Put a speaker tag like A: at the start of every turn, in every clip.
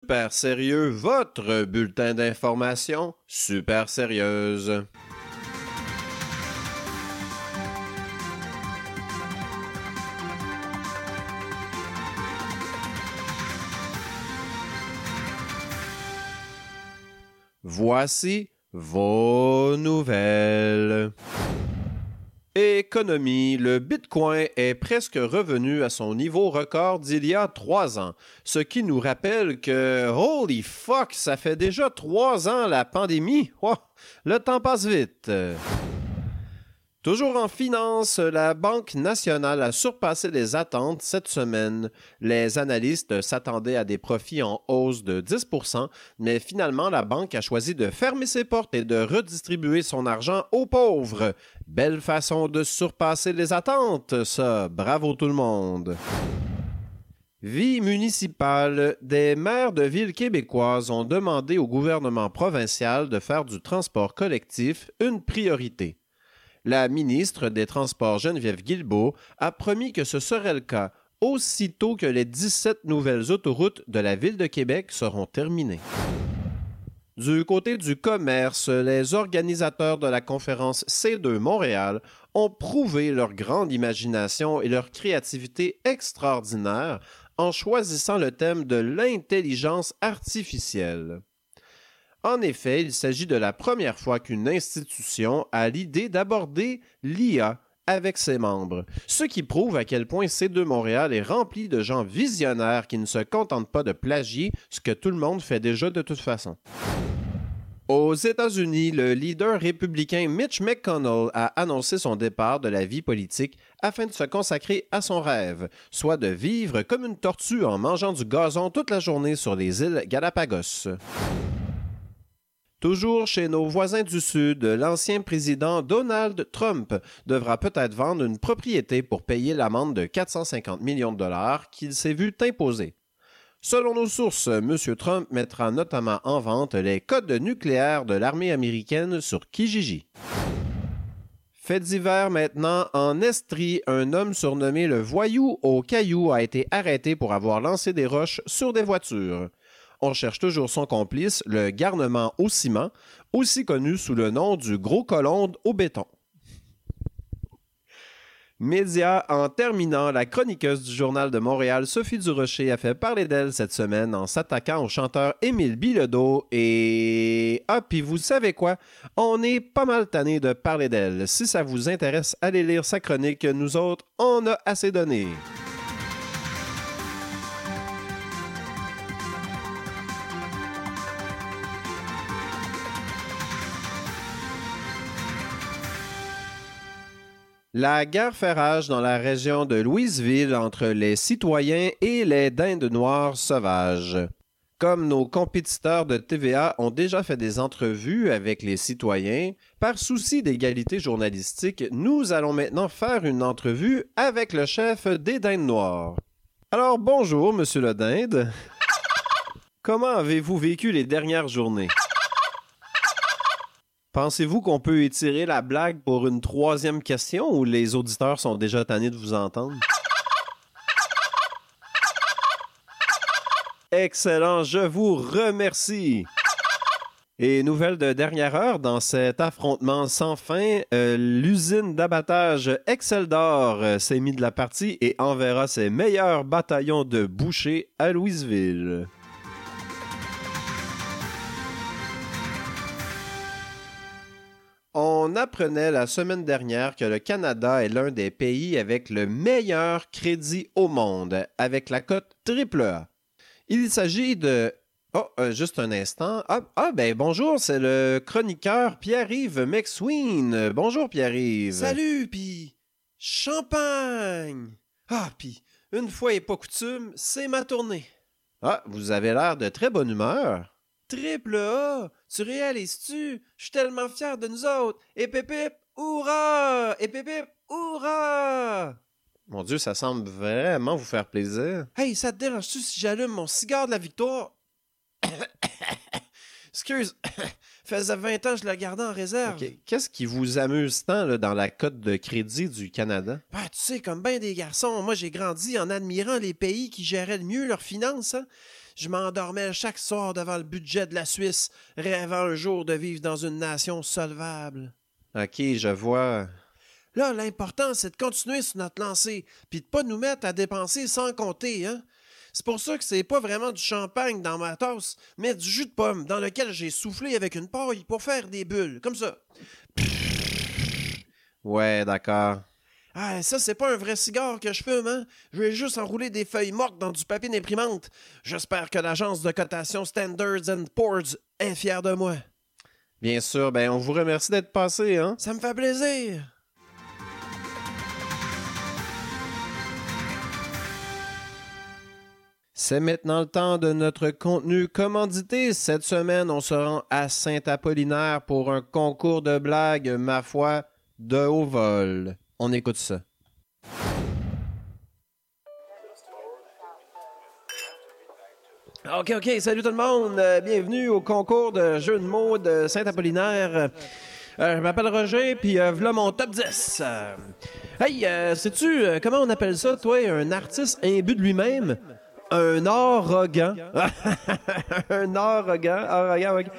A: Super Sérieux, votre bulletin d'information super sérieuse. Voici vos nouvelles. Économie, le Bitcoin est presque revenu à son niveau record d'il y a 3 ans, ce qui nous rappelle que, holy fuck, ça fait déjà 3 ans la pandémie. Oh, le temps passe vite. Toujours en finance, la Banque nationale a surpassé les attentes cette semaine. Les analystes s'attendaient à des profits en hausse de 10%, mais finalement, la banque a choisi de fermer ses portes et de redistribuer son argent aux pauvres. Belle façon de surpasser les attentes, ça. Bravo tout le monde. Vie municipale, des maires de villes québécoises ont demandé au gouvernement provincial de faire du transport collectif une priorité. La ministre des Transports Geneviève Guilbeault a promis que ce serait le cas aussitôt que les 17 nouvelles autoroutes de la Ville de Québec seront terminées. Du côté du commerce, les organisateurs de la conférence C2 Montréal ont prouvé leur grande imagination et leur créativité extraordinaire en choisissant le thème de l'intelligence artificielle. En effet, il s'agit de la première fois qu'une institution a l'idée d'aborder l'IA avec ses membres, ce qui prouve à quel point C2 Montréal est rempli de gens visionnaires qui ne se contentent pas de plagier ce que tout le monde fait déjà de toute façon. Aux États-Unis, le leader républicain Mitch McConnell a annoncé son départ de la vie politique afin de se consacrer à son rêve, soit de vivre comme une tortue en mangeant du gazon toute la journée sur les îles Galapagos. Toujours chez nos voisins du Sud, l'ancien président Donald Trump devra peut-être vendre une propriété pour payer l'amende de 450 millions de dollars qu'il s'est vu imposer. Selon nos sources, M. Trump mettra notamment en vente les codes nucléaires de l'armée américaine sur Kijiji. Fait divers maintenant, en Estrie, un homme surnommé le Voyou aux cailloux a été arrêté pour avoir lancé des roches sur des voitures. On cherche toujours son complice, le garnement au ciment, aussi connu sous le nom du gros colonde au béton. Média, en terminant, la chroniqueuse du Journal de Montréal, Sophie Durocher, a fait parler d'elle cette semaine en s'attaquant au chanteur Émile Bilodeau et... Ah, puis vous savez quoi? On est pas mal tanné de parler d'elle. Si ça vous intéresse, allez lire sa chronique. Nous autres, on a assez donné. La guerre fait rage dans la région de Louisville entre les citoyens et les dindes noires sauvages. Comme nos compétiteurs de TVA ont déjà fait des entrevues avec les citoyens, par souci d'égalité journalistique, nous allons maintenant faire une entrevue avec le chef des dindes noires. Alors bonjour, monsieur le dinde. Comment avez-vous vécu les dernières journées? Pensez-vous qu'on peut étirer la blague pour une 3e question ou les auditeurs sont déjà tannés de vous entendre? Excellent, je vous remercie. Et nouvelle de dernière heure, dans cet affrontement sans fin, l'usine d'abattage Exceldor s'est mise de la partie et enverra ses meilleurs bataillons de bouchers à Louisville. On apprenait la semaine dernière que le Canada est l'un des pays avec le meilleur crédit au monde, avec la cote AAA. Il s'agit de... juste un instant. Bonjour, c'est le chroniqueur Pierre-Yves McSween. Bonjour, Pierre-Yves.
B: Salut, pis champagne. Pis une fois et pas coutume, c'est ma tournée.
A: Vous avez l'air de très bonne humeur.
B: AAA, tu réalises-tu? Je suis tellement fier de nous autres. Et pépip, hurrah! Et pépip, hurrah!
A: Mon Dieu, ça semble vraiment vous faire plaisir.
B: Hey, ça te dérange-tu si j'allume mon cigare de la victoire? Excuse, faisait 20 ans que je le gardais en réserve.
A: Okay. Qu'est-ce qui vous amuse tant là, dans la cote de crédit du Canada?
B: Tu sais, comme ben des garçons, moi j'ai grandi en admirant les pays qui géraient le mieux leurs finances. Hein? Je m'endormais chaque soir devant le budget de la Suisse, rêvant un jour de vivre dans une nation solvable.
A: OK, je vois.
B: Là, l'important, c'est de continuer sur notre lancée, puis de pas nous mettre à dépenser sans compter, hein? C'est pour ça que c'est pas vraiment du champagne dans ma tasse, mais du jus de pomme dans lequel j'ai soufflé avec une paille pour faire des bulles, comme ça.
A: Ouais, d'accord.
B: Ah, ça, c'est pas un vrai cigare que je fume, hein? Je vais juste enrouler des feuilles mortes dans du papier d'imprimante. J'espère que l'agence de cotation Standards & Poor's est fière de moi.
A: Bien sûr, ben on vous remercie d'être passé, hein?
B: Ça me fait plaisir.
A: C'est maintenant le temps de notre contenu commandité. Cette semaine, on se rend à Saint-Apollinaire pour un concours de blagues, ma foi, de haut vol. On écoute ça.
B: OK, salut tout le monde. Bienvenue au concours de jeux de mots de Saint-Apollinaire. Je m'appelle Roger, puis voilà mon top 10. Hey, sais-tu comment on appelle ça, toi, un artiste imbu de lui-même? Un arrogant. Un arrogant, ok.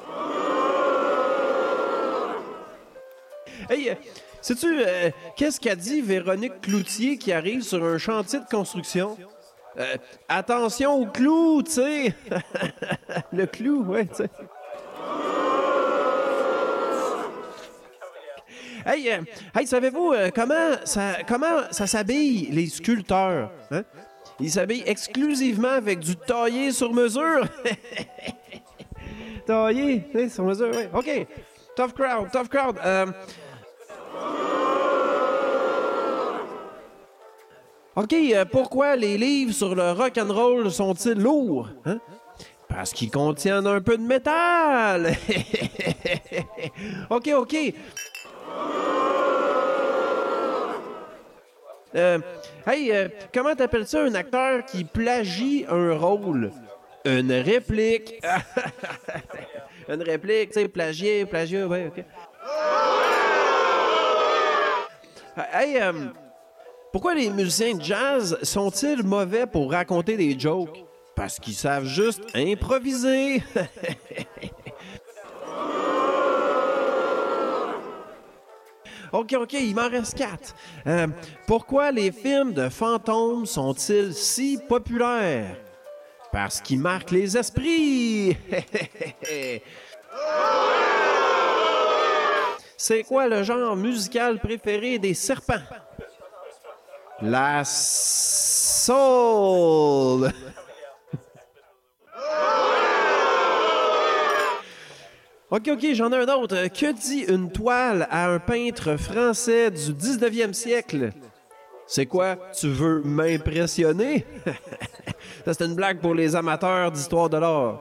B: Hey, sais-tu qu'est-ce qu'a dit Véronique Cloutier qui arrive sur un chantier de construction? Attention au clou, tu sais. Le clou, ouais, tu sais. Hey, savez-vous comment ça s'habille, les sculpteurs? Hein? Ils s'habillent exclusivement avec du taillé sur mesure. Taillé, sur mesure, oui. OK. Tough crowd. OK, pourquoi les livres sur le rock'n'roll sont-ils lourds? Hein? Parce qu'ils contiennent un peu de métal. OK. Comment t'appelles ça un acteur qui plagie un rôle? Une réplique. Une réplique, tu sais, plagiat, ouais, OK. Pourquoi les musiciens de jazz sont-ils mauvais pour raconter des jokes? Parce qu'ils savent juste improviser. OK, il m'en reste 4. Pourquoi les films de fantômes sont-ils si populaires? Parce qu'ils marquent les esprits! C'est quoi le genre musical préféré des serpents? La soul! OK, j'en ai un autre. Que dit une toile à un peintre français du 19e siècle? C'est quoi? Tu veux m'impressionner? Ça, c'est une blague pour les amateurs d'histoire de l'art.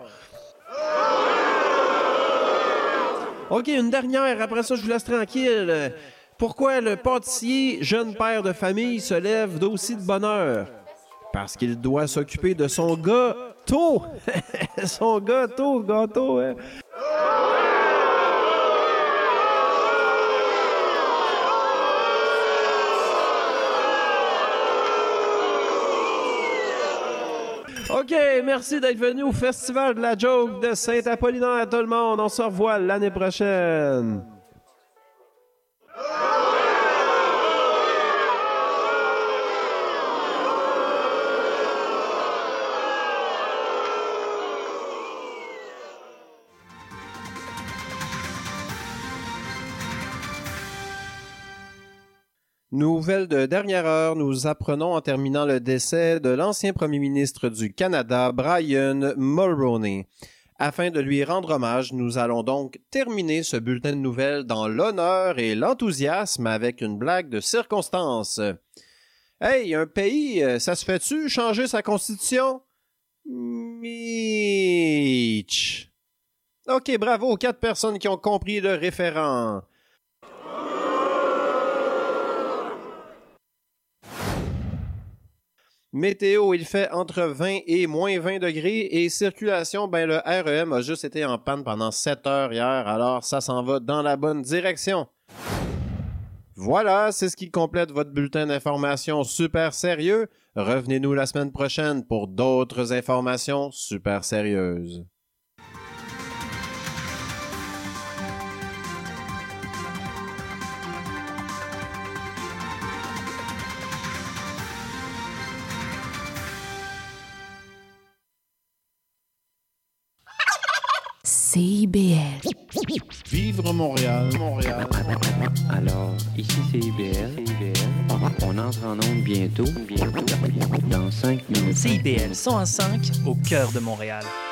B: OK, une dernière. Après ça, je vous laisse tranquille. Pourquoi le pâtissier, jeune père de famille, se lève d'aussi de bonne heure? Parce qu'il doit s'occuper de son gâteau. Son gâteau, hein? OK, merci d'être venu au Festival de la Joke de Saint-Apollinaire, tout le monde. On se revoit l'année prochaine.
A: Nouvelle de dernière heure, nous apprenons en terminant le décès de l'ancien premier ministre du Canada, Brian Mulroney. Afin de lui rendre hommage, nous allons donc terminer ce bulletin de nouvelles dans l'honneur et l'enthousiasme avec une blague de circonstance. Hey, un pays, ça se fait-tu changer sa constitution? Mitch. OK, bravo aux 4 personnes qui ont compris le référent. Météo, il fait entre 20 et moins 20 degrés et circulation, ben le REM a juste été en panne pendant 7 heures hier, alors ça s'en va dans la bonne direction. Voilà, c'est ce qui complète votre bulletin d'information super sérieux. Revenez-nous la semaine prochaine pour d'autres informations super sérieuses.
C: CIBL.
D: Vivre Montréal, Montréal.
E: Alors, ici CIBL. On entre en onde bientôt. Dans 5 minutes.
F: CIBL 101.5 au cœur de Montréal.